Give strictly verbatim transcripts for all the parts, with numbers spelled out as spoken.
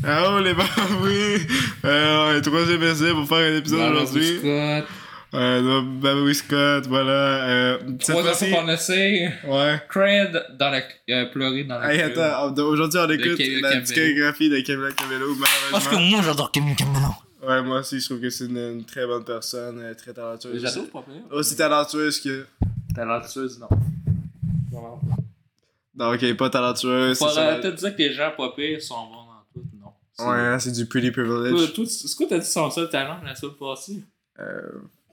Ah oh les babouis! Euh, troisième essai pour faire un épisode aujourd'hui. Scott. Euh, Babouis Scott, voilà. Euh, Troisième fois qu'on essaie. Ouais. Cred dans la, euh, pleurer dans la Hey, queue. attends, aujourd'hui on écoute Camila la Cabello. discographie de Camila Cabello, Parce que malheureusement. moi j'adore Camila Cabello. Ouais, moi aussi je trouve que c'est une, une très bonne personne, euh, très talentueuse. J'adore pas pire. Aussi talentueuse que. Talentueuse, non. Non. Non, ok, pas talentueuse. Faut c'est ça. arrêter de dire que les gens pas pires sont bons dans tout, non. C'est- Ouais, hein, c'est du pretty Toi, privilege. toi, c'est quoi t'as dit son seul talent la semaine passée? Euh.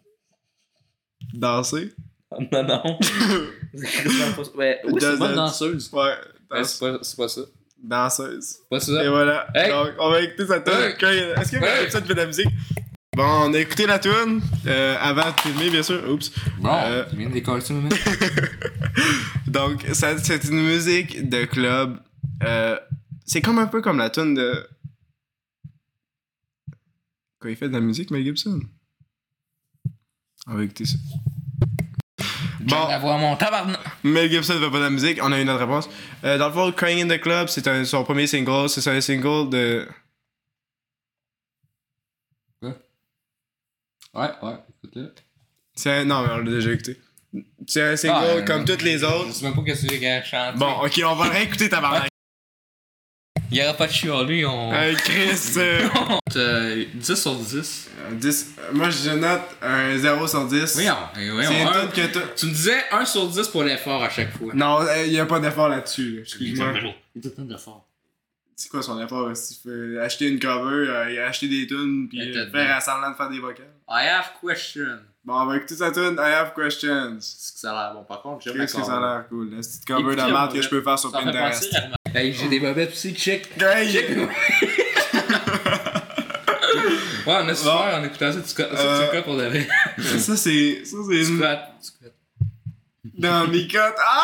Danser. Non, non. Ouais, oui, c'est une bonne danseuse. Ouais, Mais danse- c'est pas, c'est pas ça. danseuse. C'est pas ça. Et voilà. Hey. Donc, on va écouter sa tune. Hey. Quand- Est-ce que Hey. hey. ça te fait de la musique? Bon, on a écouté la tune euh, avant de filmer, bien sûr. Oups. Bon, Euh, tu viens de décoller ça, mais. Donc, ça, c'est une musique de club. Euh, c'est comme un peu comme la tune de. Quoi, il fait de la musique, Mel Gibson? On va écouter ça. Bon. Bon, Avoir mon tabarnak. Mel Gibson ne fait pas de la musique, on a une autre réponse. Euh, dans le fond, Crying in the Club, c'est un- son premier single. C'est un single de. Ouais, ouais, écoute-le. C'est un... Non, mais on l'a déjà écouté. C'est un single Ah, euh, comme toutes les Je autres. sais même pas qu'est-ce que les gars chantent. Bon, ok, on va le réécouter, tabarnak. Il y aura pas de chialer, on. Hey, Chris. Euh, Euh, dix sur dix. dix. Moi, je note un zéro sur dix. Voyons, eh, voyons. C'est une un- tune que t'as- Tu me disais un sur dix pour l'effort à chaque fois. Non, il n'y a pas d'effort là-dessus. là. Excuse-moi. Il est tout le temps d'effort. C'est quoi son effort? Si tu fais acheter une cover, euh, acheter des tunes, puis Elle euh, était faire semblant de faire des vocals. I have question. Bon, on va écouter sa tune I Have Questions. C'est que ça a l'air bon. Par contre, j'aime la Qu'est-ce que ça a l'air cool? La petite cover Écoutez, de on merde que va- je peux faire sur Ça me fait Pinterest. penser à remarquer. Hey, j'ai des bobettes aussi, check. Hey! Check. Ouais, on a super en écoutant ça. Tu co- ça, Euh, tu quoi pour de vrai? Ça, c'est. Ça, c'est Tu une. squat. Tu squat. Dans mes cotes. Ah!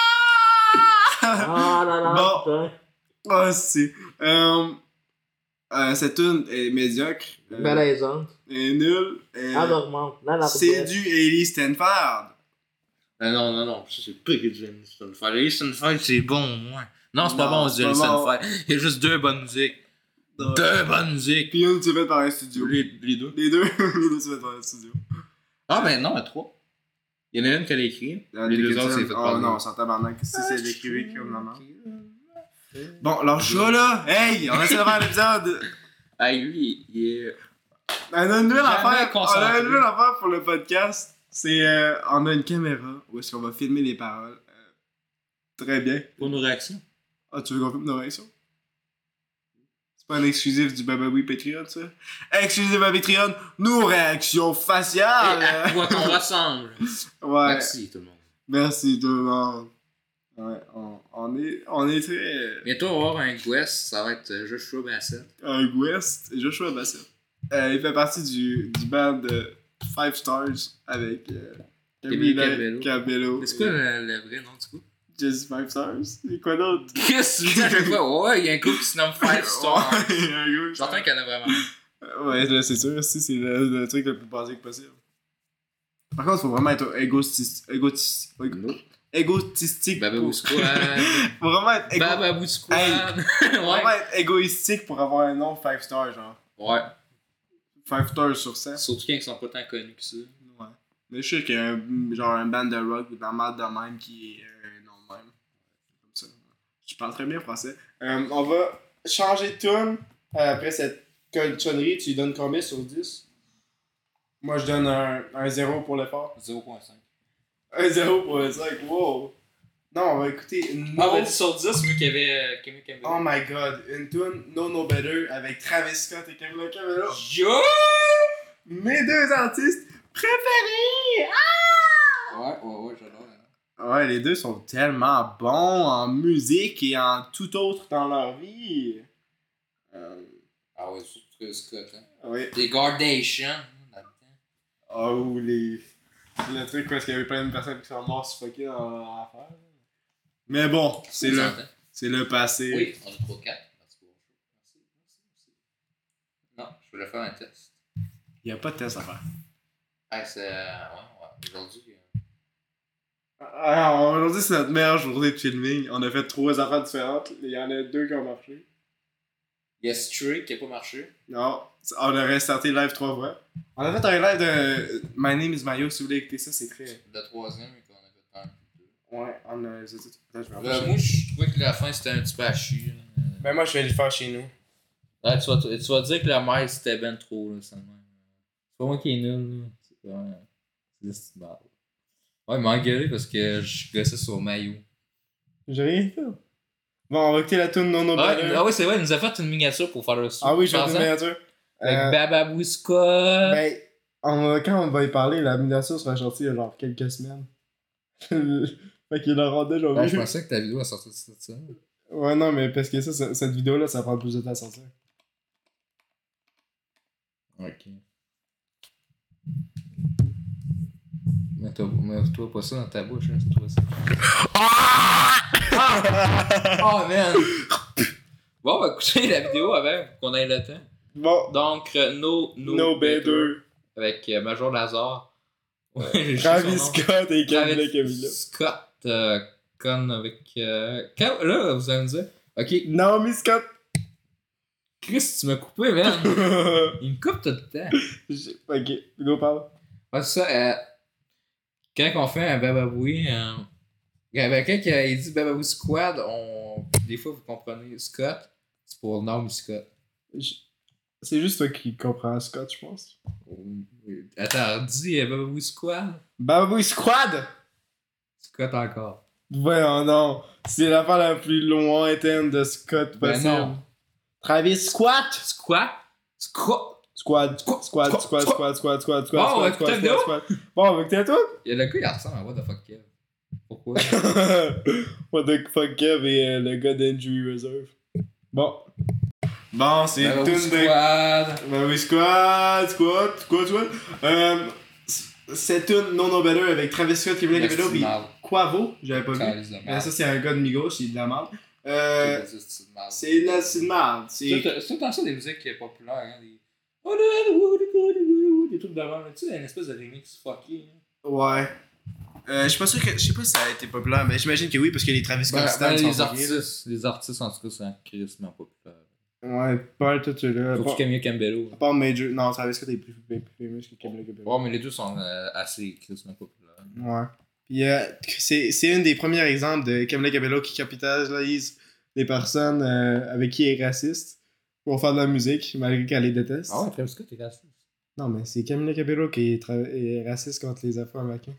Ah là là. Bon. Ah, c'est. Euh, euh, cette tune est médiocre. euh, Malaisante. est nulle. euh, Anormante. c'est du Hailey Stenford. Ah non, non, non. Ça, c'est pas que James Stonefire. Les Stonefire, c'est bon, au moins. Non, c'est pas Non, bon, c'est James pas bon. Stonefire. Il y a juste deux bonnes musiques. Ouais. Deux bonnes musiques. Puis une, c'est faite par un studio. Les, les deux. Les deux, les deux, c'est fait par un studio. Ah, ben non, mais trois. Il y en a une qu'elle a écrit. Euh, Les deux Dickinson, autres, c'est fait oh par non, nous. c'est tabarnak. Qu'est-ce que c'est d'écrire comme maman? Bon, alors chat là, hey, on essaie de faire l'épisode. Hey, lui, il est. On a une nouvelle Jamais affaire. On concentré. a une nouvelle affaire pour le podcast. C'est, euh, on a une caméra où est-ce qu'on va filmer les paroles. Euh, très bien. Pour nos réactions. Ah, tu veux qu'on filme nos réactions? C'est pas un exclusif du Bababoui Patreon, ça? Exclusif à Patreon, nos réactions faciales. Et à quoi qu'on ressemble. Ouais. Merci, tout le monde. Merci tout le monde. Ouais, on, on est, on est très. Bientôt, on va avoir un guest, ça va être Joshua Bassett. Un West, Joshua Bassett. Euh, il fait partie du, du band de Five Stars avec euh, Camila Camila Cabello. Cabello. C'est quoi le, le vrai nom du coup? Just Five Stars? C'est quoi d'autre? Qu'est-ce que tu dis à chaque fois? Ouais, il y a un couple qui se nomme Five Stars. Ouais, un gros- J'entends qu'il y en a vraiment. Ouais, là, c'est sûr, si, c'est le, le truc le plus basique possible. Par contre, il faut vraiment être égotistique. Égotistique. Non. Égotistique. Bababou pour- Squad. Faut vraiment être, égo... Bababou Squad. faut vraiment Ouais. être égoïstique pour avoir un nom Five Stars, genre. Ouais. Five Stars sur cent. Surtout quand ils sont pas tant connus que ça. Ouais. Mais je sais qu'il y a un, genre un band de rock ou de la merde de même qui est euh, un nom de même. Comme ça. Je parle très bien français. Euh, on va changer de tune euh, après cette connerie. Tu lui donnes combien sur dix? Moi, je donne un, un zéro pour l'effort. zéro virgule cinq. Un zéro pour le cinq. Wow! Non, on va écouter No... Ah, ben dix sur dix, vu qu'il y avait euh, Camille Cabello. Oh my god, une tune No No Better avec Travis Scott et Camila Cabello. Yo! Mes deux artistes préférés! Ouais, ouais, ouais, j'adore. hein. Ouais, les deux sont tellement bons en musique et en tout autre dans leur vie. Euh, Ah ouais, surtout que Scott. Hein. oui. Des Gardations. là-dedans. Oh, les... Le truc parce qu'il y avait plein de personnes qui sont mortes suffoquées dans leur affaire. Mais bon, c'est Tu le, entends? c'est le passé. Oui, on a trois quatre. Merci pour Merci, merci, merci. Non, je voulais faire un test. Il n'y a pas de test à faire. Ah, c'est. euh, Ouais, ouais. Aujourd'hui. euh, Alors, aujourd'hui, c'est notre meilleure journée de filming. On a fait trois affaires différentes. Il y en a deux qui ont marché. Il y a Stray qui a pas marché. Non, on a restarté le live trois fois. On a fait un live de My Name is Mayo, si vous voulez écouter ça, c'est très. Le troisième, et qu'on a fait un. Ouais, on a. C'est tout. Là, je vais Euh, moi, je trouvais que la fin c'était un petit peu à chier. là. Ben, moi, je vais le faire chez nous. Ah, tu, vas, tu vas dire que la mère c'était ben trop, là, ça de même. C'est pas moi qui est nul, là. C'est pas. C'est juste mal. Ouais, il m'a engueulé parce que je gossais sur Mayo. J'ai rien fait. Bon, on va écouter la tune Non No Ah, Better. ah oui, c'est vrai, il nous a fait une miniature pour faire le son. Ah oui, je vais faire Pensant? une miniature. Avec Euh, Bababou Scott. Ben, on, quand on va y parler, la miniature sera sortie il y a genre quelques semaines. Fait qu'il l'aura déjà vu. Ouais, je pensais que ta vidéo a sorti de ça. Ouais, non, mais parce que ça, ça- cette vidéo-là, ça prend plus de temps à sortir. Ok. Mets-toi pas ça dans ta bouche, hein, c'est toi ça. Oh man! Bon, on va écouter la vidéo avant qu'on ait le temps. Bon, Donc, euh, No, no, No Better. Avec euh, Major Lazare. Ouais, j'ai Travis son nom. Scott et Camila Travis Camila. Scott, euh, con avec. Euh... Quand... Là, vous allez me dire. Ok, Naomi Scott. Chris, tu m'as coupé, man. Il me coupe tout le temps. J'ai- ok, go parle. Ouais, c'est ça. Euh, quand on fait un Bababoui, euh, ben, quand euh, il dit Bababoui Squad, on... des fois vous comprenez Scott, c'est pour Naomi Scott. Je- C'est juste toi qui comprends Scott, je pense. Attends, dis euh, Bababoui Squad. Bababoui Squad! Scott encore. Voyons non, c'est l'affaire la plus lointaine de Scott Ben possible. non. Travis Squat! Squat? Squat? Squad, squad, squad, squad, squad, squad, squad, squad, Bon, on va squad, écouter la squad, squad. Bon, on va écouter à toi? Il y a le gars, il ressemble à What the fuck Kev. Pourquoi? What the fuck Kev et euh, le gars d'Injury Reserve. Bon. Bon, c'est une Bababoui tune de... Squad. Ben oui, squad, squad, squad, squad. Euh, c'est une No No Better avec Travis Scott, Camila Le Cabello, style pis mal. Quavo, j'avais pas vu. Calice de Euh, merde. ça, c'est un gars de Migos, c'est de la merde. Euh, C'est du style mal. c'est de la c'est de merde. C'est... C'est c'est autant ça des musiques populaires, hein, des... Oh là là, des trucs d'avant, tu sais, une espèce de remix fucké. hein. Ouais. Euh, je suis pas sûr que... Je sais pas si ça a été populaire, mais j'imagine que oui, parce que les Travis Scott Ben, stands ben, sont les fuckés. artistes, les artistes en tout cas, c'est un crissement populaire. Ouais, pas tout ceux-là. Surtout Pas- Camille Campbello. À part Major... Non, Travis Scott est plus, plus, plus famous que Camila Cabello. Ouais, mais les deux sont euh, assez crissement populaires. Ouais. Puis euh, c'est, c'est un des premiers exemples de Camila Cabello qui capitalise les personnes euh, avec qui elle est raciste pour faire de la musique, malgré qu'elle les déteste. Ah ouais, Travis Scott, t'es raciste. Non, mais c'est Camila Cabello qui est, tra- est raciste contre les Afro-Américains.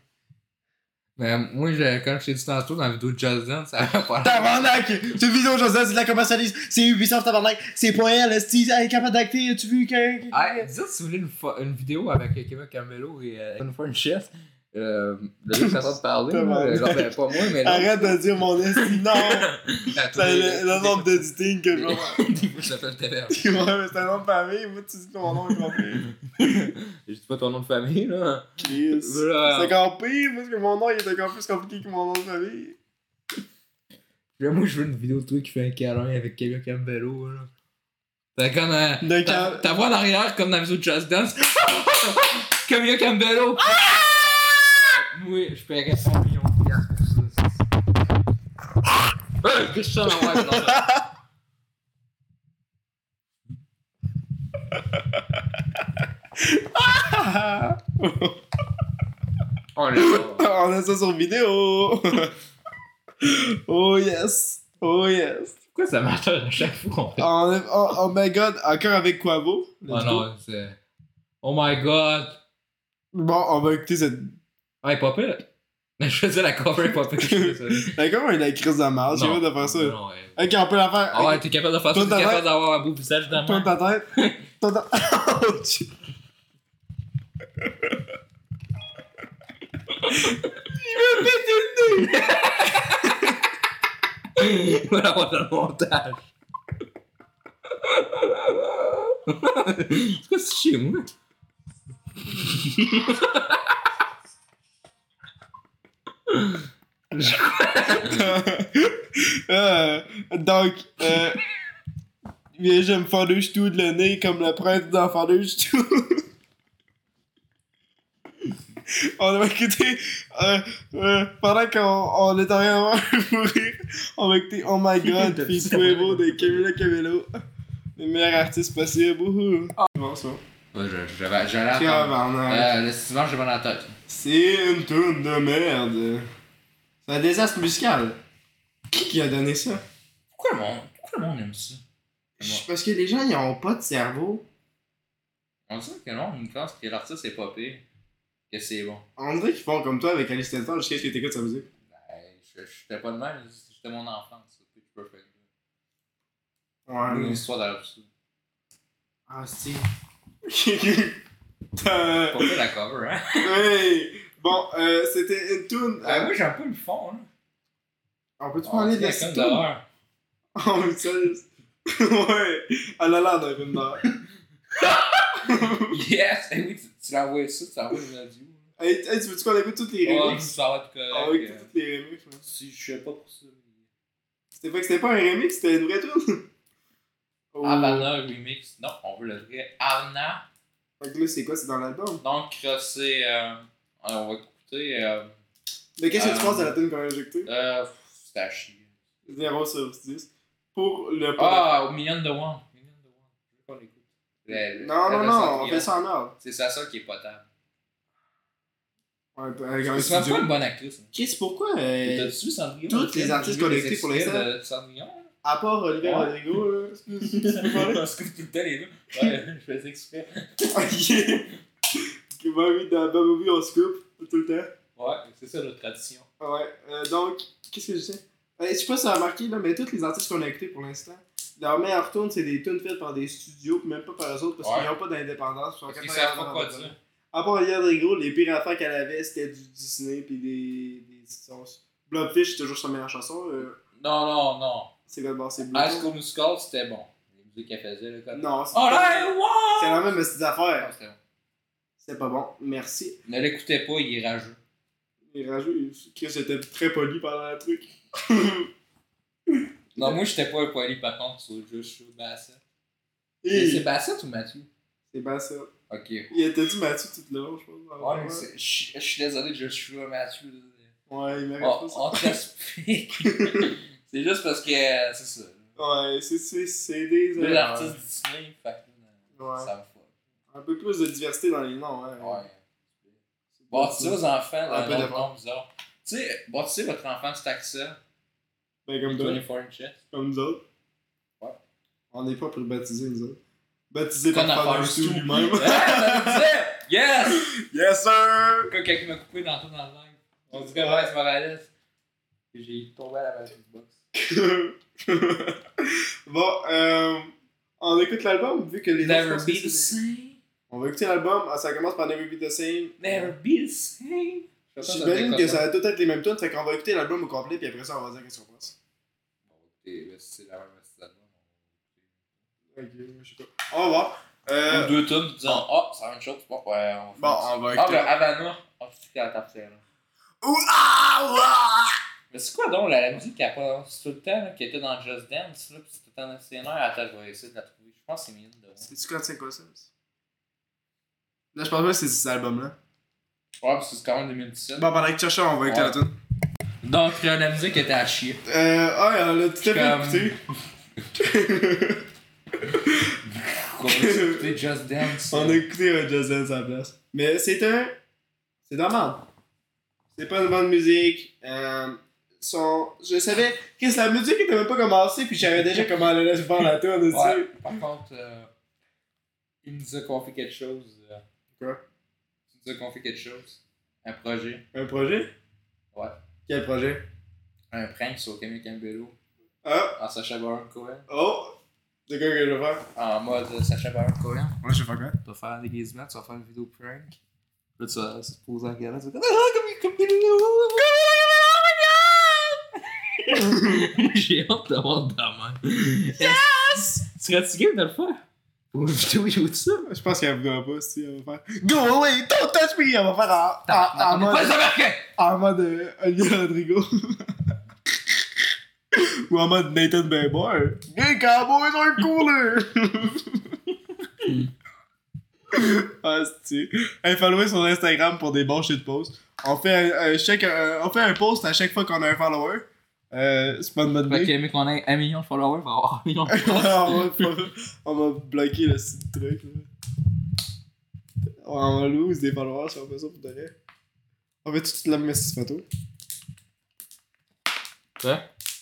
Mais moi, je, comme je t'ai dit tantôt dans la vidéo de Just Dance, ça va pas. Tabarnak! Cette vidéo, je sais, c'est de la commercialise. C'est Ubisoft, tabarnak. C'est pas elle, esti, elle est capable d'acter. As-tu vu que. Ah, dites si vous voulez une, fo- une vidéo avec Kevin Campbello et euh, une fois une chef. Euh, le gars qui est en train de parler, Tabarnak. là, genre, ben, pas moi, mais là. Arrête de dire mon esti, non! C'est le, le nombre d'editing que je vois. Des fois, je t'appelle T V. Ouais, mais c'est un nom de famille. Moi, tu dis que mon nom est compris. Je dis pas ton nom de famille, là. Chris. Voilà. C'est encore pire, parce que mon nom il est encore plus compliqué que mon nom de famille. Là, moi, je veux une vidéo de toi qui fait un câlin avec Kevin Campbello, là. Fait comme. Euh, De ta, Cam- ta voix en arrière, comme dans la vidéo de Just Dance. Kevin Campbello! Oui, je paierais cent millions de piastres pour ça. Hey, qu'est-ce que ça, la ouais, non, ça. Oh, là, On a ça sur vidéo. Oh yes. Oh yes. pourquoi ça m'attend à chaque fois qu'on fait? On est- oh, oh my god, encore avec Quavo. Oh non, c'est. Oh my god! Bon, on va écouter cette. Ah, il est pas pire. Je faisais la cover, pas pire. Je suis désolé. Mais comment il a crise de marge, j'ai Non, hâte de faire ça. non, ouais. Ok, on peut la faire. Ah ouais, t'es capable de faire ça, Tourne t'es ta capable tête. d'avoir un beau visage dans Tourne ta tête. Tourne ta. Oh, Dieu. Il m'a pété le nez. Voilà, on a le montage. C'est quoi c'est chez moi? Euh, donc, euh, viens, je me faire deux ch'tous de le nez comme le prince d'en faire deux ch'tous. On va écouter, euh, euh, pendant qu'on on est en train de mourir, on va écouter Oh My God, puis Quavo de Camila Cabello. Mais meilleur artiste possible. Wouhou. Ah. Bon, ça. Ouais, je- j'avais j'allais attendre. Tabarnak. Euh, le Steven, j'ai mal dans la tête. C'est une toune de merde. C'est un désastre musical. Qui qui a donné ça? Pourquoi le monde, pourquoi le monde aime ça? Je- Parce que les gens, ils ont pas de cerveau. On dirait que non, une pense que l'artiste est pas pire. Que c'est bon. On dirait qu'ils font comme toi avec Alice Stanton jusqu'à ce que t'écoutes sa musique. Ben, je j'étais pas de même, c'était mon enfance. C'était perfect. Ouais, Une mais... histoire d'absurde. Ah, si. Pas T'as... fait la cover, hein? Ouais. Bon, euh, c'était une toune. Ben, moi, j'aime pas le fond, là. On peut-tu On parler de dirait la comme toune? d'horreur. Oh, mais sérieux? Ouais. Elle a l'air d'un film d'horreur. Yes! Eh oui, tu, tu l'envoies ça, tu l'envoies une audio. Hey, hey, tu veux-tu qu'on écoute toutes les Oh, remixes? ça va être correct. On va écouter euh, toutes les remixes, man. Si je sais pas pour ça. C'était pas que c'était pas un remix, c'était une vraie toune. Oh. Havana Remix. Non, on veut le vrai. Havana. Fait que là, c'est quoi? C'est dans l'album? Donc, euh, c'est. Euh, on va écouter. Euh, Mais qu'est-ce que tu Euh, penses de la tune qu'on a injectée? euh, c'est à chier. zéro sur dix. Pour le Ah, au Million de One. Million de One. Je veux qu'on l'écoute. Le- le- Non, le non, Vincent non, on Guillaume. fait ça en merde. C'est sa seule qui est potable. Ouais, avec un C'est même studio. pas une bonne actrice. Hein. Chris, pourquoi? euh, T'as-tu vu Cendrillon? toutes les artistes J'ai vu connectés les pour extraits l'instant. de Cendrillon. hein. À part Olivier Ouais. Rodrigo, là. Est-ce que tu peux parler? Parce que tout le temps les deux. Ouais, je faisais exprès. Ok. Ok, bah oui, dans Bumblebee, on se coupe tout le temps. Ouais, c'est ça notre tradition. Ouais, euh, donc, qu'est-ce que je sais? Euh, je sais pas si tu as remarqué, là, mais tous les artistes qu'on a écoutés pour l'instant, leur meilleure tune, c'est des tunes faites par des studios, puis même pas par eux autres, parce Ouais. qu'ils n'ont pas d'indépendance. Parce qu'ils savent pas quoi dire. À part Olivier Rodrigo, les pires affaires qu'elle avait, c'était du Disney, puis des. des sauces. Blobfish, c'est toujours sa meilleure chanson. Euh, Non, non, non. c'est quoi de bord, c'est High Blue. School Musical, c'était bon. Les musiques qu'elle faisait, là, quand Non, c'est Oh pas- là, c'est wow! la même petite affaire. Ah, c'était bon. C'était pas bon, merci. Ne l'écoutez pas, il est rageux. Les rageux, Chris, j'étais très poli pendant le truc. Non, moi, j'étais pas un poli par contre, sur juste sur Bassett. Mais Et c'est Bassett ou Mathieu? c'est bien ça. Ok. Il était dit Mathieu tout le long, je pense. Ouais, mais c'est- je je suis désolé de juste jouer Mathieu. là. Ouais, il mérite On, pas ça. on te l'explique. C'est juste parce que euh, c'est ça. Ouais, c'est, c'est, c'est des Deux erreurs. artistes Disney, fait que euh, Ouais. ça me fout. Un peu plus de diversité dans les noms, hein. Ouais. C'est Bâtissez pas vos enfants Un dans peu un de autre nom bizarre. Tu sais, bâtissez votre enfant sur Taxa, Ben, comme toi, vingt-quatre inches. comme nous autres. Ouais. On n'est pas pour baptiser, nous autres. Baptiser par Qu'on a Father fait Stu tout. lui-même. Ah, ça me disait! Yes! Yes, sir! Quand quelqu'un m'a coupé dans tout dans le live. On dit que Miles Morales. Et j'ai tombé à la Magic Box. Bon, euh, on écoute l'album, vu que les autres, je Never pense que be the c'est des- same. On va écouter l'album, ah, ça commence par Never Be The Same. Never be the same. J'imagine que ça va tout être les mêmes tunes, fait qu'on va écouter l'album au complet, puis après ça, on va dire qu'est-ce qu'on pense. Et c'est la même album. Ok, je sais pas. On va voir. Euh, Ou deux tonnes disant oh, c'est la même chose. Bon, ouais, on bon, on va Ah, écouter. ben Havana. Oh, c'est à la table, là. Ouh, ah, ouah! Mais c'est quoi donc la, la musique qui a pas. C'est tout le temps là, qui était dans Just Dance, là, pis c'est tout le temps dans le C N R. Attends, je vais essayer de la trouver. Je pense que c'est Million de One. C'est-tu quand c'est quoi ça? Là, je pense pas que c'est cet album-là. Ouais, parce que c'est quand même deux mille dix-sept. Bon, pendant que tu cherches, on va écouter Ouais. la tune. Donc, euh, la musique était à chier. Euh, ah, on l'a tout à fait Comme- écouté. On va écouter Just Dance. On a écouté un Just Dance à la place. Mais c'est un. C'est normal. C'est pas une bonne musique. Euh, son... Je savais que la musique était même pas commencée, puis je savais déjà comment elle allait se faire la tune aussi. Ouais, par contre, euh, il nous a confié quelque chose. euh. Quoi? Il nous a confié quelque chose. Un projet. Un projet? Ouais. Quel projet? Un prank sur Camille Campbello. Ah! En Sacha Baron Cohen. Oh! C'est quoi que je vais faire? En mode euh, Sacha Baron Cohen. Ouais, je vais faire quoi? Tu vas faire un déguisement, tu vas faire une vidéo prank. Là, tu vas se poser en regardant, tu vas dire ah, Camille Campbello! J'ai hâte d'avoir de la main. Yes! Serais-tu game de le faire? Pour une vidéo YouTube? Je pense qu'elle voudra pas, si elle va faire Go away, don't touch me! Elle va faire en, en, en, On est mode, pas les Américains! en mode euh, Olivier Rodrigo. Ou en mode Nathan Bayboy. Les cowboys are cooler! Ah, c'est hey, follower sur Instagram pour des bons shitposts. On fait un, un, chaque, un- on fait un post à chaque fois qu'on a un follower. Euh, c'est pas une bonne Fait idée. que, mec, qu'on ait un million de followers, on va avoir un million de followers. on, va, pas- on va bloquer le site truc, là. On va lose des followers si on fait ça pour de vrai. On va tout de suite la mettre cette photo. Quoi?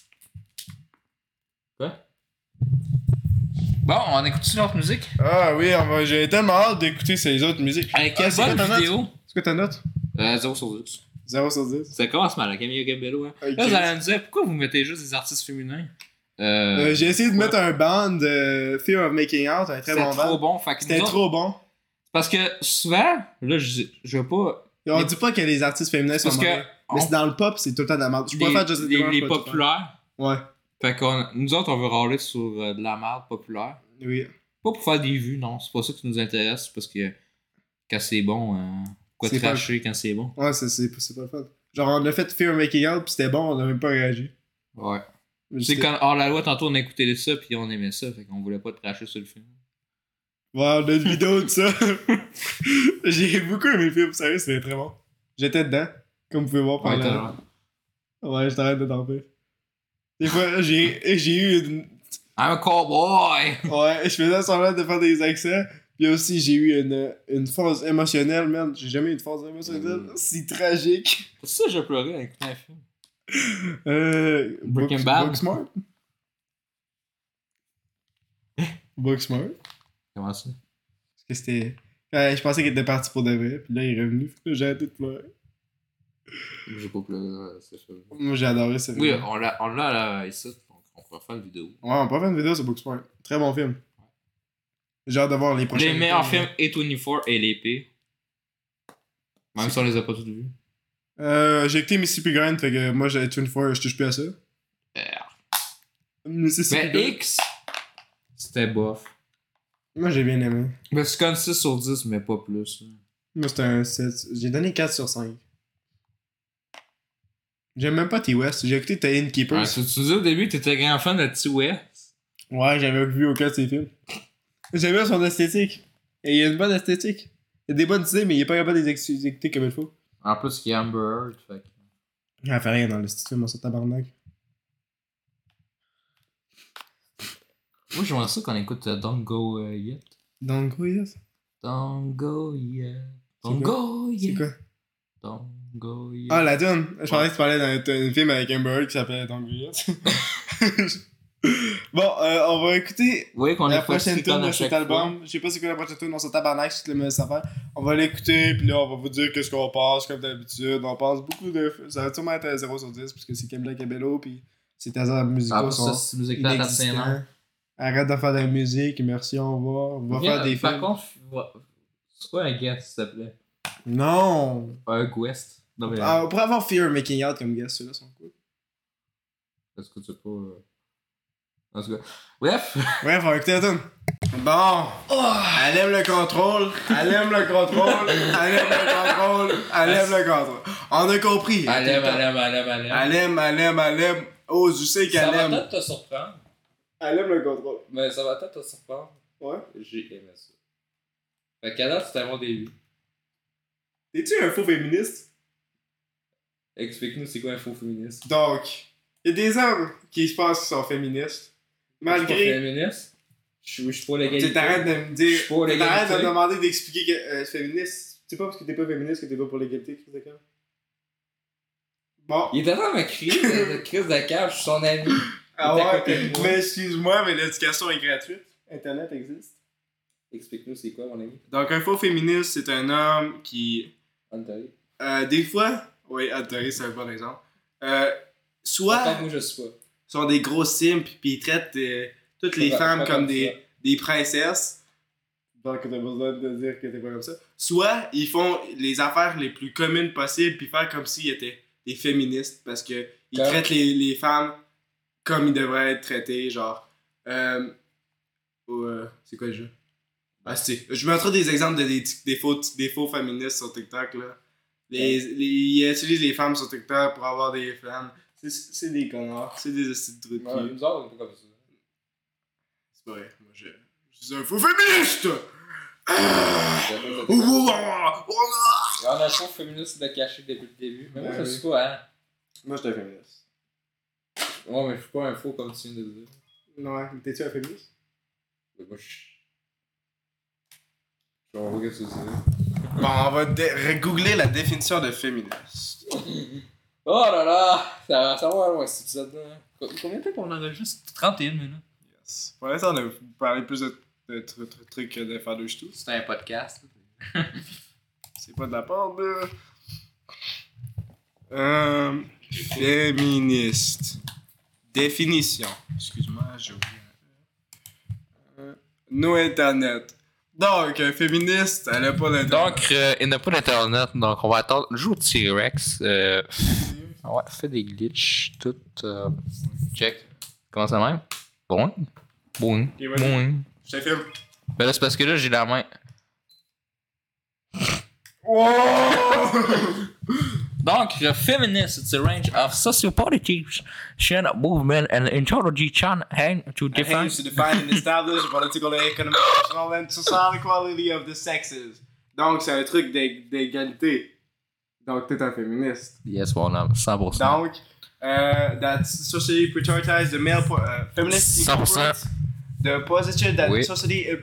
Quoi? Bon, on écoute-tu l'autre musique? Ah oui, on va- j'ai tellement hâte d'écouter ces autres musiques. Avec Ah, quelle c'est quoi bonne ta note? vidéo? C'est quoi ta note? Euh, zéro sur dix. zéro sur dix. Ça commence mal, la Camille Gambello, hein. Ok. Là, vous allez me dire, pourquoi vous mettez juste des artistes féminins? Euh, Euh, j'ai essayé de ouais. mettre un band de Fear of Making Out, un très C'était bon trop band. bon. Fait que C'était nous autres- trop bon. Parce que souvent, là, je, je veux pas. Et on Les- dit pas que les artistes féminins sont Parce que. mauvais. Mais on- c'est dans le pop, c'est tout le temps de la merde. Je les, pourrais faire Justin les, Timberlake, les je pourrais tout populaires. faire. Ouais, Fait que nous autres, on veut râler sur euh, de la merde populaire. oui. Pas pour faire des vues, non. C'est pas ça qui nous intéresse. Parce que quand c'est bon, euh, quoi C'est pas- tracher quand c'est bon. Ouais, c'est, c'est, c'est pas le fun. Genre, on a fait Fear of Making Out, pis c'était bon, on a même pas réagi. Ouais. Mais C'est c'était- quand hors la loi, tantôt on a écouté ça puis on aimait ça. Fait qu'on voulait pas tracher sur le film. Ouais, on a une vidéo de ça. J'ai beaucoup aimé le film, sérieux, c'était très bon. J'étais dedans, comme vous pouvez voir par Ouais, là. t'as- Ouais, je t'arrête de t'en faire. Des fois, j'ai, j'ai eu une. I'm a cowboy! Ouais, je faisais semblant de faire des accents. Puis aussi, j'ai eu une, une phase émotionnelle, man. J'ai jamais eu une phase émotionnelle. Mm. C'est tragique. C'est ça, j'ai pleuré en écoutant un film. Euh. Breaking Book- Bad. Booksmart. Booksmart. Comment ça? Parce que c'était. Ouais, je pensais qu'il était parti pour de vrai. Puis là, il est revenu. Puis là, j'ai arrêté de pleurer. J'ai pas pleuré dans ce film. Moi, j'ai adoré ce film. Oui, on l'a, on l'a là, ici, donc on pourra faire une vidéo. Ouais, on peut faire une vidéo sur Booksmart. Très bon film. J'ai hâte de voir les prochains. Les meilleurs films A vingt-quatre et les pires. Même si on les a pas tous vus. Euh, j'ai écouté Mississippi Grind, fait que moi, j'ai vingt-quatre, je touche plus à ça. Mississippi Mais Grind. X, c'était bof. Moi, j'ai bien aimé. Mais c'est comme six sur dix, mais pas plus. Moi, c'était un sept. J'ai donné quatre sur cinq. J'aime même pas T-West. J'ai écouté The Innkeepers. Ouais, tu, tu disais au début que t'étais grand fan de T-West. Ouais, j'avais vu aucun de ses films. J'aime bien son esthétique. Et il a une bonne esthétique. Il a des bonnes idées, mais il est pas capable de les exécuter comme il faut. En plus, il y a Amber Heard, fait que... Il fait rien dans le style film, on s'en tabarnak. Moi, j'aimerais ça qu'on écoute euh, Don't Go euh, Yet. Donc, oui, yes. Don't Go Yet. Don't C'est Go C'est Yet. quoi? Don't Go Yet. Ah, la tune. Je pensais que tu parlais d'un d'un film avec Amber Heard qui s'appelait Don't Go Yet. Bon, euh, on va écouter Vous voyez qu'on la est pas prochaine si tune conne de à cet chaque fois. album. Je sais pas c'est quoi la prochaine tune, on s'en tabarnak, c'est le même affaire. On va l'écouter, puis là, on va vous dire qu'est-ce qu'on pense, comme d'habitude. On pense beaucoup de. Ça va sûrement être à zéro sur dix, parce que c'est Camila Cabello, puis ses hasards musicaux Ah, sont ça, c'est musique-là, t'as cinq ans. inexistants. Arrête de faire de la musique, merci, on va. On va Viens, faire des Par films. contre, va- c'est quoi un guest, s'il te plaît? Non! Un guest. Non, mais. Ah, on pourrait avoir Fear Making Out comme guest, ceux-là sont cool. Est-ce que tu sais pas. euh, En tout cas. Bref. Bref, on va écouter la tune. Bon, elle aime le contrôle, elle aime le contrôle, elle aime le contrôle, elle aime le contrôle. On a compris. Elle aime, elle aime, elle aime, elle aime. Elle aime, elle aime, elle aime. Oh, je sais Ça qu'elle va aime. peut-être te surprendre. Elle aime le contrôle. Mais ça va peut-être te surprendre. Ouais. J'ai aimé ça. Fait qu'à date, c'était mon début. Es-tu un faux féministe? Explique-nous c'est quoi un faux féministe. Donc, il y a des hommes qui se pensent qu'ils sont féministes. Je suis pas Malgré. féministe. Je suis- je suis pour l'égalité. Tu t'arrêtes de me Je dire. suis pour Tu t'arrêtes de l'égalité. me demander d'expliquer que euh, féministe. C'est pas parce que t'es pas féministe que t'es pas pour l'égalité, Chris de cœur. Bon. Il était dans ma crise de crise de cave, je suis son ami. Ah Il est à ouais, côté de moi. mais excuse-moi, mais l'éducation est gratuite. Internet existe. Explique-nous c'est quoi, mon ami. Donc, un faux féministe, c'est un homme qui. Anthony. Euh, des fois. Oui, Anthony, c'est un bon exemple. Euh, Tant soit que moi je suis pas. sont des gros simpes, puis ils traitent euh, toutes les Pas- femmes pas comme comme des, ça. des princesses. Donc, t'as besoin de dire que t'es pas comme ça. Soit ils font les affaires les plus communes possibles, puis faire comme s'ils étaient des féministes, parce que ils Comme? traitent les, les femmes comme ils devraient être traités, genre. Euh, ou, euh, c'est quoi le jeu? Ah, c'est. Je vais montrer des exemples de des, des, faux, des faux féministes sur TikTok, là. Les, les, ils utilisent les femmes sur TikTok pour avoir des fans. C'est, c'est des connards. C'est des petits trucs. Ouais, nous autres, on est pas comme ça. C'est pas vrai. Moi, je, je suis un faux féministe! Ah! C'est pas ça. Ouh, ouh, ouh, ouh. Et on a un faux féministe de caché depuis le début. Mais moi Ouais, je oui. suis pas, hein. Moi, je suis un féministe. Ouais, mais je suis pas un faux comme tu viens de dire. Ouais, mais t'es-tu un féministe? Mais moi, je. Je vois pas ce que tu dis. Bon, on va dé- googler la définition de féministe. Oh là là! Ça, ça va loin cet épisode-là. Combien de temps qu'on enregistre? trente et une minutes. Yes. Pour l'instant, on a parlé plus de, de, de, de trucs que de faire deux tous. C'était un podcast. C'est pas de la part de. Euh, féministe. Définition. Excuse-moi, j'ai oublié. Euh, no Internet. Donc, un féministe, elle a pas d'internet. Donc, euh, il n'a pas d'internet, donc on va attendre. Joue au T-Rex. Euh... Ouais, fait des glitches, tout. Euh... Check. Comment ça même? Boing. Boing. Ok, ouais. Boing. Je te filme. Ben là, c'est parce que là, j'ai la main. Oh! Donc, le féministe, it's a range of sociopolitics, movement, and ideology trying to define. To define and establish political, economic, national, and social equality of the sexes. Donc, c'est un truc d'é- d'égalité. Donc, t'es un féministe. Yes, bon, non, cent pour cent. Donc, uh, that society prioritizes the male po- uh, feminist cent pour cent. incorporates the position that Oui. society uh,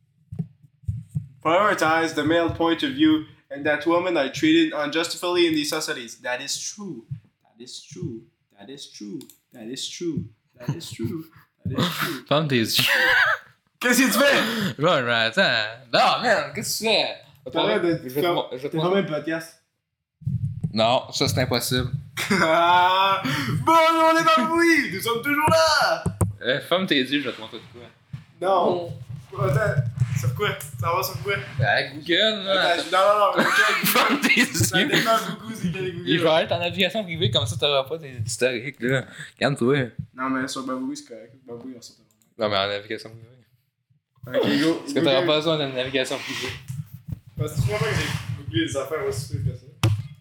prioritize the male point of view and that women are treated unjustly in these societies. That is true. That is true. That is true. That is true. That is true. That is true. Ferme tes yeux. Qu'est-ce que tu fais? Ouais, mais attends. Non, man, qu'est-ce que tu fais? T'arrêtes de- Je vais te mo- je vais te T'es montrer. vraiment le podcast. Non, ça c'est impossible. Ah! Bon, on est dans le bruit! Nous sommes toujours là! Euh, ferme tes yeux, je vais te montrer de quoi. Non! Attends, sur quoi? Ça va sur quoi? Ah, Google, là. Attends, non, non, non, Google, Ferme tes ça yeux. dépend beaucoup c'est quel Google. Il va être en navigation privée, comme ça t'auras pas tes historiques, là. Calme-toi. Non, mais sur Babouille, c'est correct. Babouille, on s'entend. Non, mais en navigation privée. Ok, go. Parce que t'auras pas besoin d'une navigation privée. Parce que tu vois pas que j'ai oublié des affaires aussi pires que ça.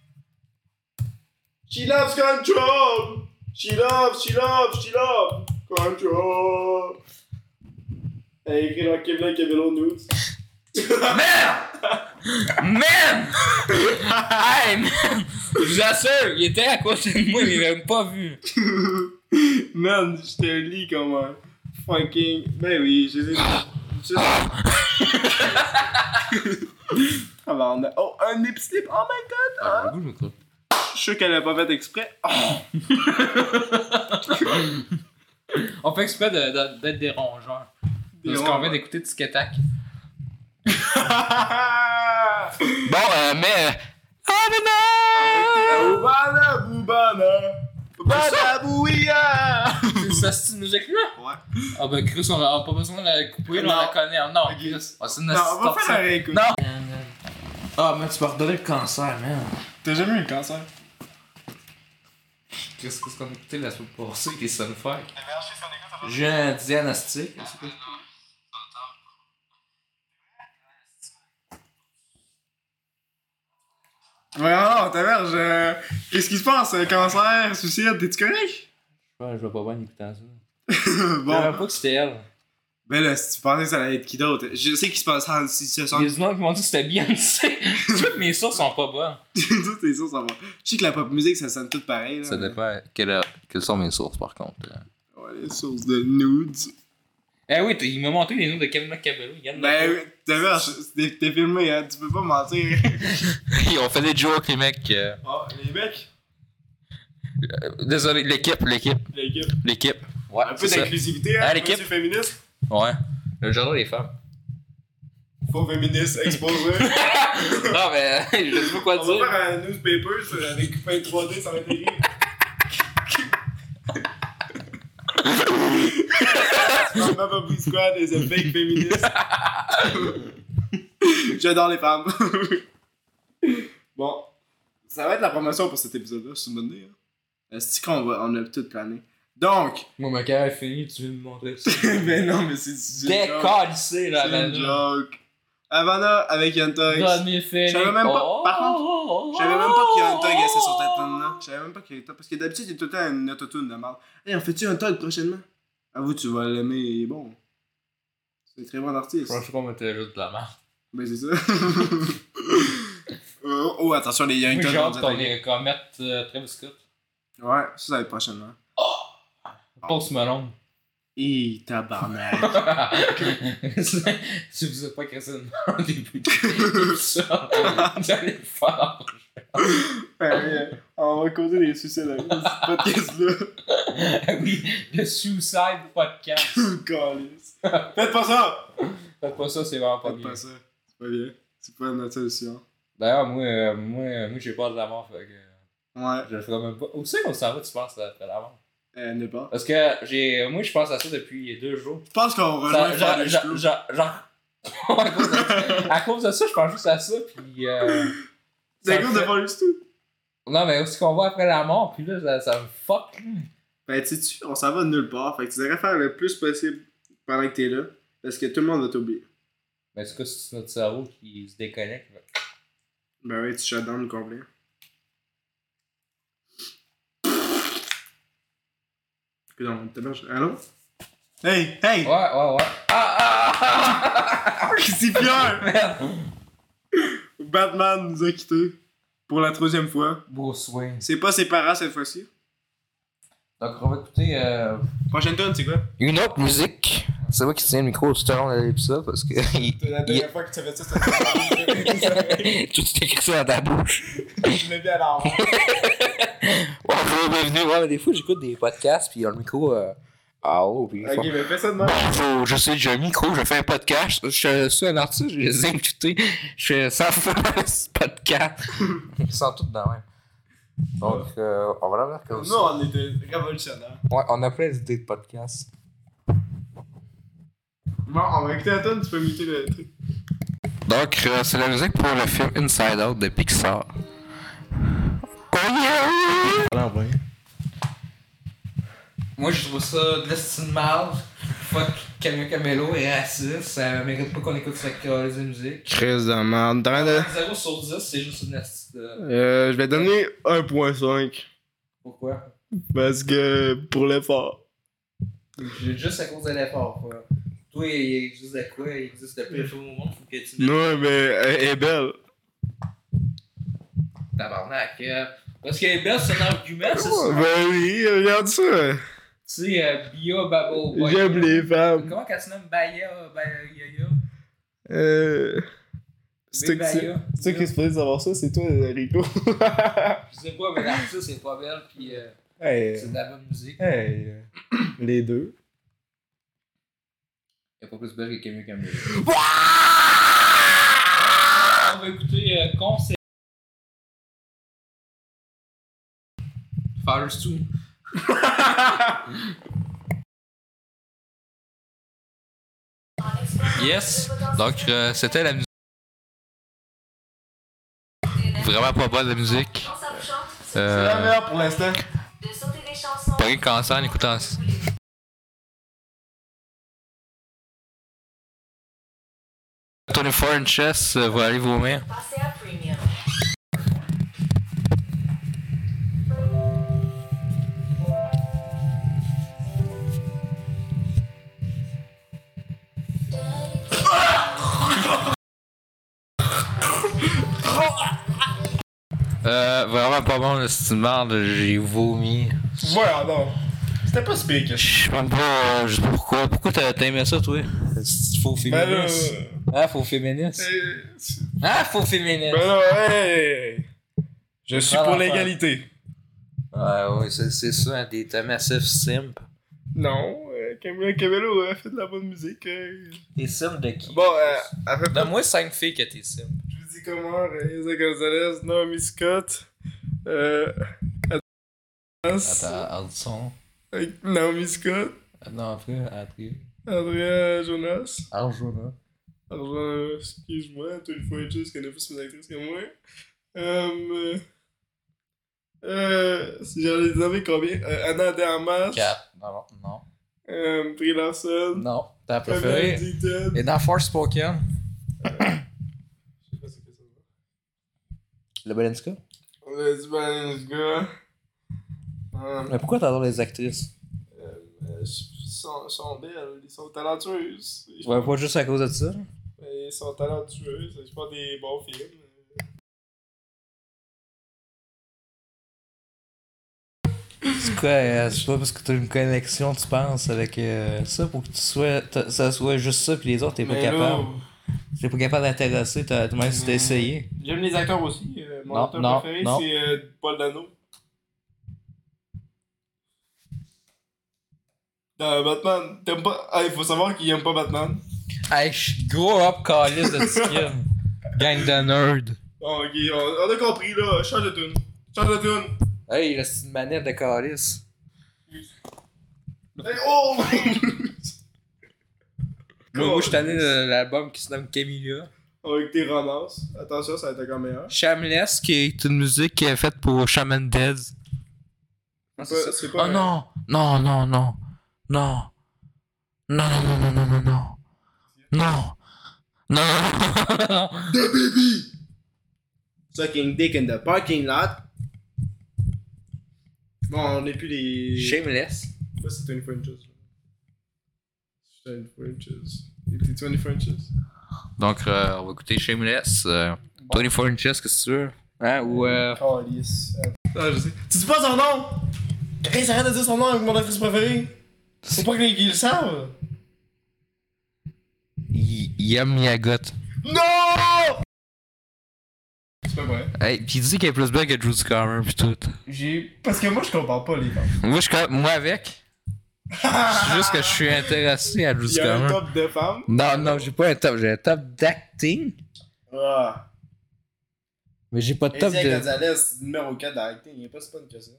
She loves control! She loves, she loves, she loves control! Elle a écrit dans Kevin Kevin Nudes. Merde! Man! Hey, man! Je vous assure, il était à côté de moi, il m'avait même pas vu. Man, je te lis comme un fucking. Ben oui, je les ai. Je- Ah bah on a. Oh, un nip slip! Oh my god! Ah. goût, je me crois. Je suis sûr qu'elle a pas fait exprès. Oh. On fait exprès de, de, d'être des rongeurs. Des Parce qu'on rongeurs. vient d'écouter Tic Tac. Bon, euh, mais. Boubana, boubana! Boubana, bouilla! C'est ça, cette musique-là? Ouais. Ah ben, Chris, on a pas besoin de la couper, là, on Non. la connaît. Non, Ok. Chris. Ah, c'est une Non, on va assistance. faire la réécoute. Non! Ah, mais tu peux redonner le cancer, man. T'as jamais eu le cancer? Qu'est-ce qu'on a écouté la semaine passée avec les Sunfire? J'ai un diagnostic. Ouais, non, ta verge. euh, Qu'est-ce qui se passe? euh, Cancer, suicide, t'es-tu correct? Ouais, je vais pas bien écouter ça. Je Bon. savais pas que c'était elle. Ben là, si tu pensais que ça allait être qui d'autre? Je sais qu'il se passe en si ce Il y sont. a du monde qui m'ont dit que c'était Beyoncé. Toutes mes sources sont pas bonnes. Toutes tes sources, ça va. Je sais que la pop musique, ça sonne tout pareil. Là, Ça mais- dépend quelles, quelles sont mes sources par contre. Ouais, les sources de nudes. Eh oui, t'as- il m'a montré les noms de Kevin McCabello. Ben oui, ta verge, t'es t'es filmé, hein, tu peux pas mentir. Ils ont fait des jokes, les mecs. euh. Oh, les mecs, Euh, Désolé, l'équipe, l'équipe, l'équipe. l'équipe. Ouais, Un peu c'est ça. d'inclusivité, hein, Ah, l'équipe. monsieur féministe. Ouais. Le genre des femmes. Faux féministe exposé. Non, mais je sais pas quoi On va dire. faire un newspaper ça, avec peint trois D, ça va être terrible. Maman Babouille Squad is a fake féministe. J'adore les femmes. Bon, ça va être la promotion pour cet épisode-là, c'est une bonne idée. Hein? Est-ce qu'on va, on a tout plané. Donc, Moi, ma carrière est finie, tu veux me montrer ça. mais non, mais c'est c'est une joke. Décalissé, là, C'est une là. joke. Havana avec Young Thugs. Donne-moi fini. Je savais même pas- Oh, par contre, oh, oh, Je savais même pas qu'il y a un oh, tug oh, assis sur cette oh. tune là. Je savais même pas qu'il y a un tug. Parce que d'habitude, il y a tout le temps une autotune de merde. Hey, on fait-tu un tug prochainement? Avoue, tu vas l'aimer, il est bon. C'est un très bon artiste. Je pense qu'on mettait juste de la merde. Ben, c'est ça. oh, oh, attention, les Young Moi, Thugs j'ai vont hâte nous qu'on attaquer. ait- qu'on mette euh, Travis Scott. Ouais, ça, ça va être prochainement. Post Malone. Hi, tabarnak. Si vous êtes pas crissé de mort au début de l'épisode, vous allez le faire. Ouais, on va causer des suicides avec ce podcast-là. Oui, le Suicide Podcast. Calice. Faites pas ça! Faites pas ça, c'est vraiment pas Faites bien. pas ça. C'est pas bien. C'est pas notre solution. D'ailleurs, moi, euh, moi, moi j'ai peur de la mort, fait que Ouais. je le ferai même pas. Où c'est qu'on s'en va, tu penses, après la mort? Euh, ne pas. Parce que j'ai, moi, je pense à ça depuis deux jours. Je pense qu'on rejoint Ça, faire genre, des genre, shows. genre, genre à, cause de, à cause de ça, je pense juste à ça, puis euh, C'est ça à cause me de fait- faire juste tout. Non, mais aussi qu'on va après la mort, puis là, ça, ça me fuck, là. Ben, tu sais, on s'en va de nulle part. Fait que tu devrais faire le plus possible pendant que t'es là. Parce que tout le monde va t'oublier. Mais c'est quoi, c'est notre cerveau qui se déconnecte. Là. Ben ouais, tu shut down le complet. Putain, t'es bien. Allô? Hey, hey! Ouais, ouais, ouais. Ah, ah, ah, ah, C'est Pierre! Merde. Batman nous a quittés. Pour la troisième fois. Bruce Wayne. C'est pas ses parents cette fois-ci. Donc, on va écouter euh, Prochaine tune, c'est quoi? une autre musique. C'est moi qui tiens le micro tout au long de l'épisode parce que. La dernière fois que tu as fait ça, c'était Tout est écrit ça dans ta bouche. Je l'ai vu à l'envers. Ouais, bienvenue. Ouais, mais des fois, j'écoute des podcasts, puis il y a le micro euh, en haut. Puis Ok, mais fais ça de même. Bonjour, je sais, j'ai un micro, je fais un podcast. Je suis un artiste, je les ai écoutés. Je fais ça ce podcast. Ils sont tous dans même. Donc, euh, on va la voir comme Nous, ça. on était révolutionnaires. Ouais, on a plein d'idées de podcasts. Bon, on va écouter la tune, tu peux imiter le truc. Donc, euh, c'est la musique pour le film Inside Out de Pixar. Oh yeah! Moi, je trouve ça de l'estime mal. Fuck Camille Camelo est raciste. Ça mérite pas qu'on écoute cette calice de musique. Crise de merde. T'as rien de... zéro sur dix, c'est juste une esti de... Euh, je vais donner un virgule cinq. Pourquoi? Parce que pour l'effort. J'ai juste à cause de l'effort, quoi. Toi, il existe de quoi? Il existe de plus de choses au monde, faut que tu... Non, mais elle est belle. Tabarnak. Euh, parce qu'elle est belle, c'est un argument, c'est ça? Ben oui, regarde ça. Tu sais, euh, Bia Babo... Baya- J'aime les femmes. Comment qu'elle se nomme? Baya... Baya... Euh... C'est toi qui- Baya. c'est toi qui se faisait savoir ça, c'est toi, Rico. Je sais pas, mais l'artiste, c'est pas belle, pis euh, Hey, c'est de la bonne musique. hey, euh, les deux. Y'a pas plus belle que Camille Camille. On va écouter euh, Conseil. Father's Two. Yes, donc euh, c'était la musique. Vraiment pas bonne la musique. C'est la Euh, meilleure pour l'instant. pas rien de cancer en écoutant ça. vingt-quatre inches euh, va aller vomir. Passez à Premium. Euh, vraiment pas bon le style merde, j'ai vomi. Ouais, non. C'était pas si pire que ça. Je sais même pas, je sais pas pourquoi. Pourquoi t'as t'as aimé ça, toi? C'est faux Ben là. féministe. Ah, faux féministe. euh, c'est- Ah, faux féministe. Ben là, hey! Je suis Ah, pour l'enfer. l'égalité. Ouais, ouais, c'est c'est ça, des t'es massif simp. Non, euh, Camila Cabello a fait de la bonne musique. euh. T'es simp de qui? Bon, euh, elle fait pas. Donne-moi cinq filles que t'es simp. Je vous dis comment, Isa Gonzalez, Naomi Scott, euh. Adas, Attends, Aldson. avec Naomi Scott, Non, après, après. Andrea Jonas. Arjuna. Alors, excuse-moi, toi, une fois et juste, je connais plus mes actrices que moi. Euh. Euh. Si j'en ai nommé combien? Euh, Anna de Armas. quatre. Non, non. Euh, Brie Larson. Non. Ta Pamela préférée? Dayton. Et dans Force Spoken? Je sais pas c'est quoi ça va. Le Balenska? Let's balance, gars. Euh, Mais pourquoi t'adores les actrices? euh, Elles sont, sont belles, elles sont talentueuses. Je Ouais, pas juste à cause de ça. Elles sont talentueuses, je font des bons films. C'est quoi, euh, c'est pas parce que t'as une connexion, tu penses, avec euh, ça, pour que tu sois, t'as- ça soit juste ça, puis les autres, t'es pas Mais capable. là, T'es pas capable d'intéresser, t'as, même si t'as essayé. J'aime les acteurs aussi. Euh, mon Non, acteur non, préféré, non. c'est euh, Paul Dano. Dans Batman, t'aimes pas. Ah, il faut savoir qu'il aime pas Batman. Hey, je grow up calice de skin. Gang de nerd. Bon, ok, on, on a compris là. Change de tune. Change de tune. Hey, il reste une manette de calice. Hey, oh! Moi, moi je suis tanné de l'album qui se nomme Camilla. Avec tes ramasses. Attention, ça va être encore meilleur. Shameless, qui est une musique qui est faite pour Shaman Dead. Ah, c'est pas- c'est pas Oh un- non, non, non, non, non. Non, non, non, non, non, non, non. Non. Non. The baby! Sucking dick in the parking lot. Bon, on n'est plus les. Shameless. Ça, c'est vingt-quatre inches. C'est vingt-quatre inches. Les petits vingt-quatre inches. Donc, euh, on va écouter Shameless. Euh, vingt-quatre inches, qu'est-ce que tu veux? Hein? Ou euh. Calice. Ah, je sais. Tu dis pas son nom! Chris, arrête de dire son nom avec mon actrice préférée! Faut pas qu'ils le savent! Y- Yam Yagot. Non! C'est pas vrai. Hey, pis il dit qu'elle est plus belle que Judy Carmer pis tout. J'ai. Parce que moi, je compare pas les femmes. Moi, je com- moi avec. C'est juste que je suis intéressé à Il Judy y a un Carmer. top de femmes. Non, non, j'ai pas un top. J'ai un top d'acting. Ah. Mais j'ai pas de top Ezia de. Gonzalez, numéro quatre d'acting. Il est pas si bonne que ça.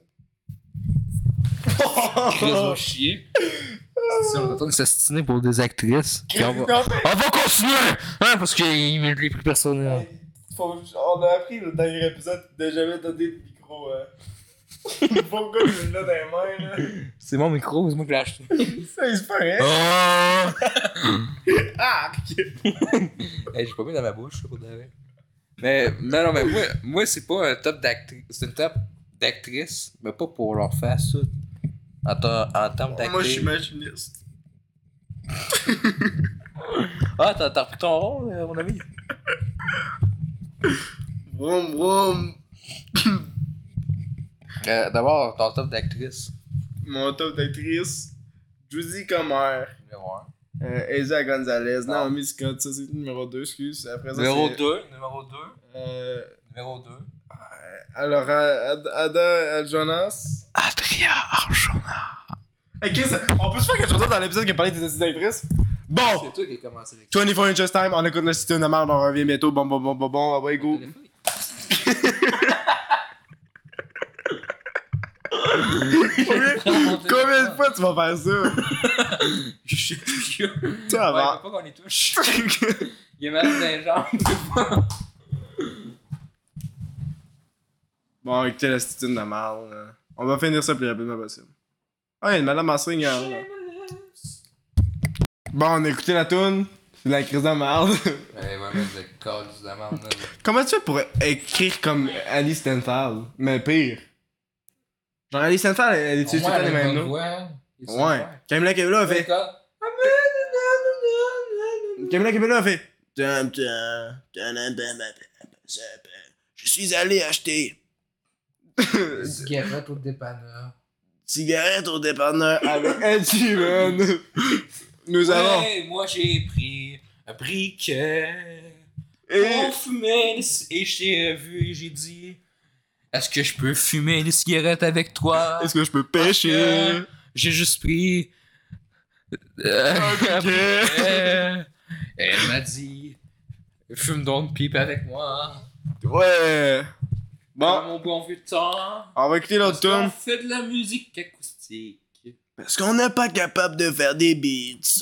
Chris va chier. Si on est en train de s'astiner pour des actrices. Puis on, va... on va continuer! Hein, parce qu'il est plus personnel. Faut- On a appris le dernier épisode de jamais donner de micro. Euh... Pourquoi je l'ai dans les mains là? C'est mon micro, c'est moi qui l'ai acheté. Ça, c'est pas vrai. Oh! Ah! Hey, j'ai pas mis dans ma bouche, pour de vrai. Mais, non, non, mais moi, moi c'est pas un top d'actrice. C'est un top d'actrice, mais pas pour leur face, tout. En, ter- en termes d'actrice. Moi, je suis machiniste. Ah, t'as, t'as repris ton rôle, euh, mon ami? Vroom, vroom. Euh, d'abord, ton top d'actrice. Mon top d'actrice, Judy Comer. Numéro un. Euh, Ezia Gonzalez, Non. Naomi Scott, ça c'est le numéro deux, excuse. Après ça, Numéro c'est, deux. Numéro deux. Euh, Numéro deux. alors, Ad- Ada Jonas. Adria Arjona. Hey, Chris, on peut se faire quelque chose d'autre dans l'épisode qui a parlé des actrices? Bon! C'est toi qui as commencé avec vingt-quatre inches time, on écoute le site de merde, on revient bientôt. Bon, bon, bon, bon, bon, ah ouais, go. combien, combien de fois tu vas faire ça? Je sais plus. Ça Ouais, va. faut pas qu'on y touche. Il est malade dans les jambes. Bon, écoutez la site de merde. là. On va finir ça le plus rapidement possible. Ah, il y a une madame en string. hein, là. Bon, on a écouté la toune. C'est de la crise de merde. Ouais, ouais, mais de corps de la merde, là. Comment tu fais pour écrire comme Alice Stenfeld? Mais pire. Genre Alice Stenfeld, elle utilise tout le temps les mêmes noms. Ouais. Camila Cabello a fait. Camila Cabello a fait. Tum, tum, tum, tum, tum, je suis allé acheter. Cigarette au dépanneur. Cigarette au dépanneur avec un Sheeran. Nous avons. Ouais, moi j'ai pris un briquet. Et. On fumait des- et je t'ai vu et j'ai dit: est-ce que je peux fumer des cigarettes avec toi? Est-ce que je peux Parce pêcher? que j'ai juste pris. euh, un briquet. Et elle m'a dit: fume donc pipe avec moi. Ouais. Dans Bon, mon bon vieux temps. on va écouter l'autre Parce qu'on tune. fait de la musique acoustique. Parce qu'on n'est pas capable de faire des beats.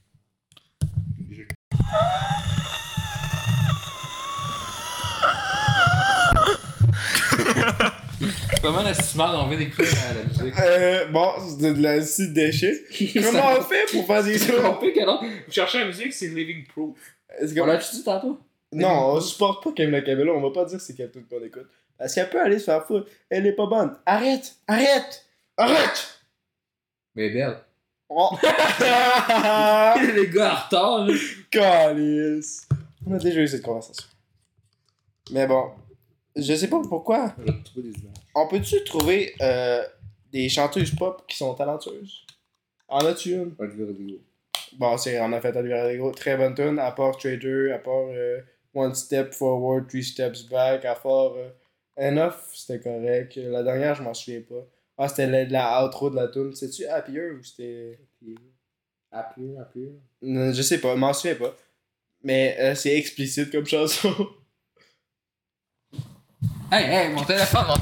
Comment la smart on vient d'écouter la, la musique? Euh, bon, c'est de la scie de déchets. Comment on fait pour faire des On sons? peut que non. Vous cherchez la musique, c'est Living Proof. Est-ce On que... l'a-tu dit tantôt? Non, on supporte pas Camila Cabello, on va pas dire c'est quelle tune qu'on écoute. Parce qu'elle peut aller se faire foutre. Elle est pas bonne. Arrête! Arrête! Arrête! Mais belle. Oh. Les gars en retard, là. Calice. On a déjà eu cette conversation. Mais bon, je sais pas pourquoi. Je vais te trouver des images. On peut-tu trouver euh, des chanteuses pop qui sont talentueuses. En as-tu une? Olivia Rodrigo. Bon, c'est, on a fait Olivia Rodrigo. Très bonne tune, à part Trader, à part euh, One Step Forward, Three Steps Back, à part euh, Enough, c'était correct. La dernière, je m'en souviens pas. Ah, c'était la, la outro de la tune. C'est-tu Happier ou c'était... Happier, Happier. Non, je sais pas, je m'en souviens pas. Mais euh, c'est explicite comme chanson. Hey, hey, mon téléphone, mon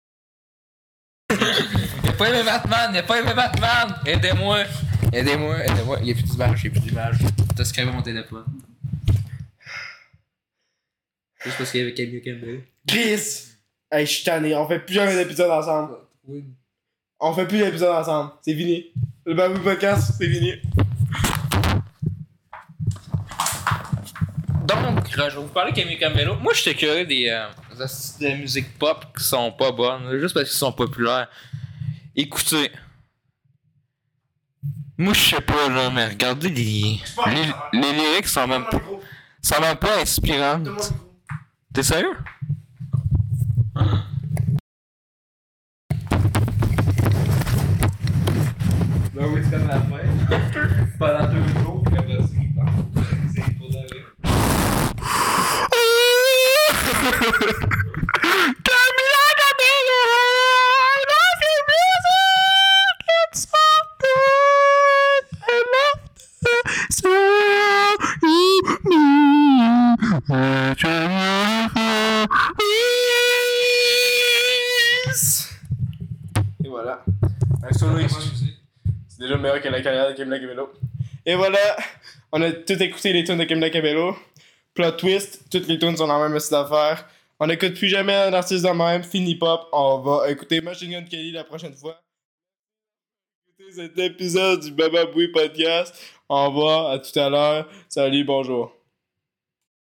Il a pas aimé Batman, il a pas aimé Batman! Aidez-moi! Aidez-moi, aidez-moi. Il y a plus d'image, il y a plus d'image. T'as scrappé mon téléphone. Juste parce qu'il y avait Camille Campbell. Chris! Hey, je suis tanné, on fait plus jamais d'épisode ensemble. Oui. On fait plus d'épisode ensemble. C'est fini. Le Babou Podcast, c'est fini. Donc, je vais vous parler de Camille Campbell. Moi, je suis curieux des, euh, des astuces de musique pop qui sont pas bonnes, juste parce qu'ils sont populaires. Écoutez. Moi, je sais pas, là, mais regardez les. Les, les lyrics sont même pas. sont même pas inspirantes. T'es sérieux? Ben oui, c'est comme la fin. Pendant deux jours, puis après, c'est c'est pour d'aller. Camila Cabello, I love your music, it's so good, I love the song you need. Et voilà. Un solo exclusif. C'est déjà meilleur que la carrière de Camila Cabello. Et voilà, on a tout écouté les tunes de Camila Cabello. Plot twist, toutes les tunes sont dans la même style d'affaires. On n'écoute plus jamais un artiste de même, fini pop. On va écouter Machine Gun Kelly la prochaine fois. Écoutez cet épisode du Baba Booey Podcast. Au revoir, à tout à l'heure. Salut, bonjour.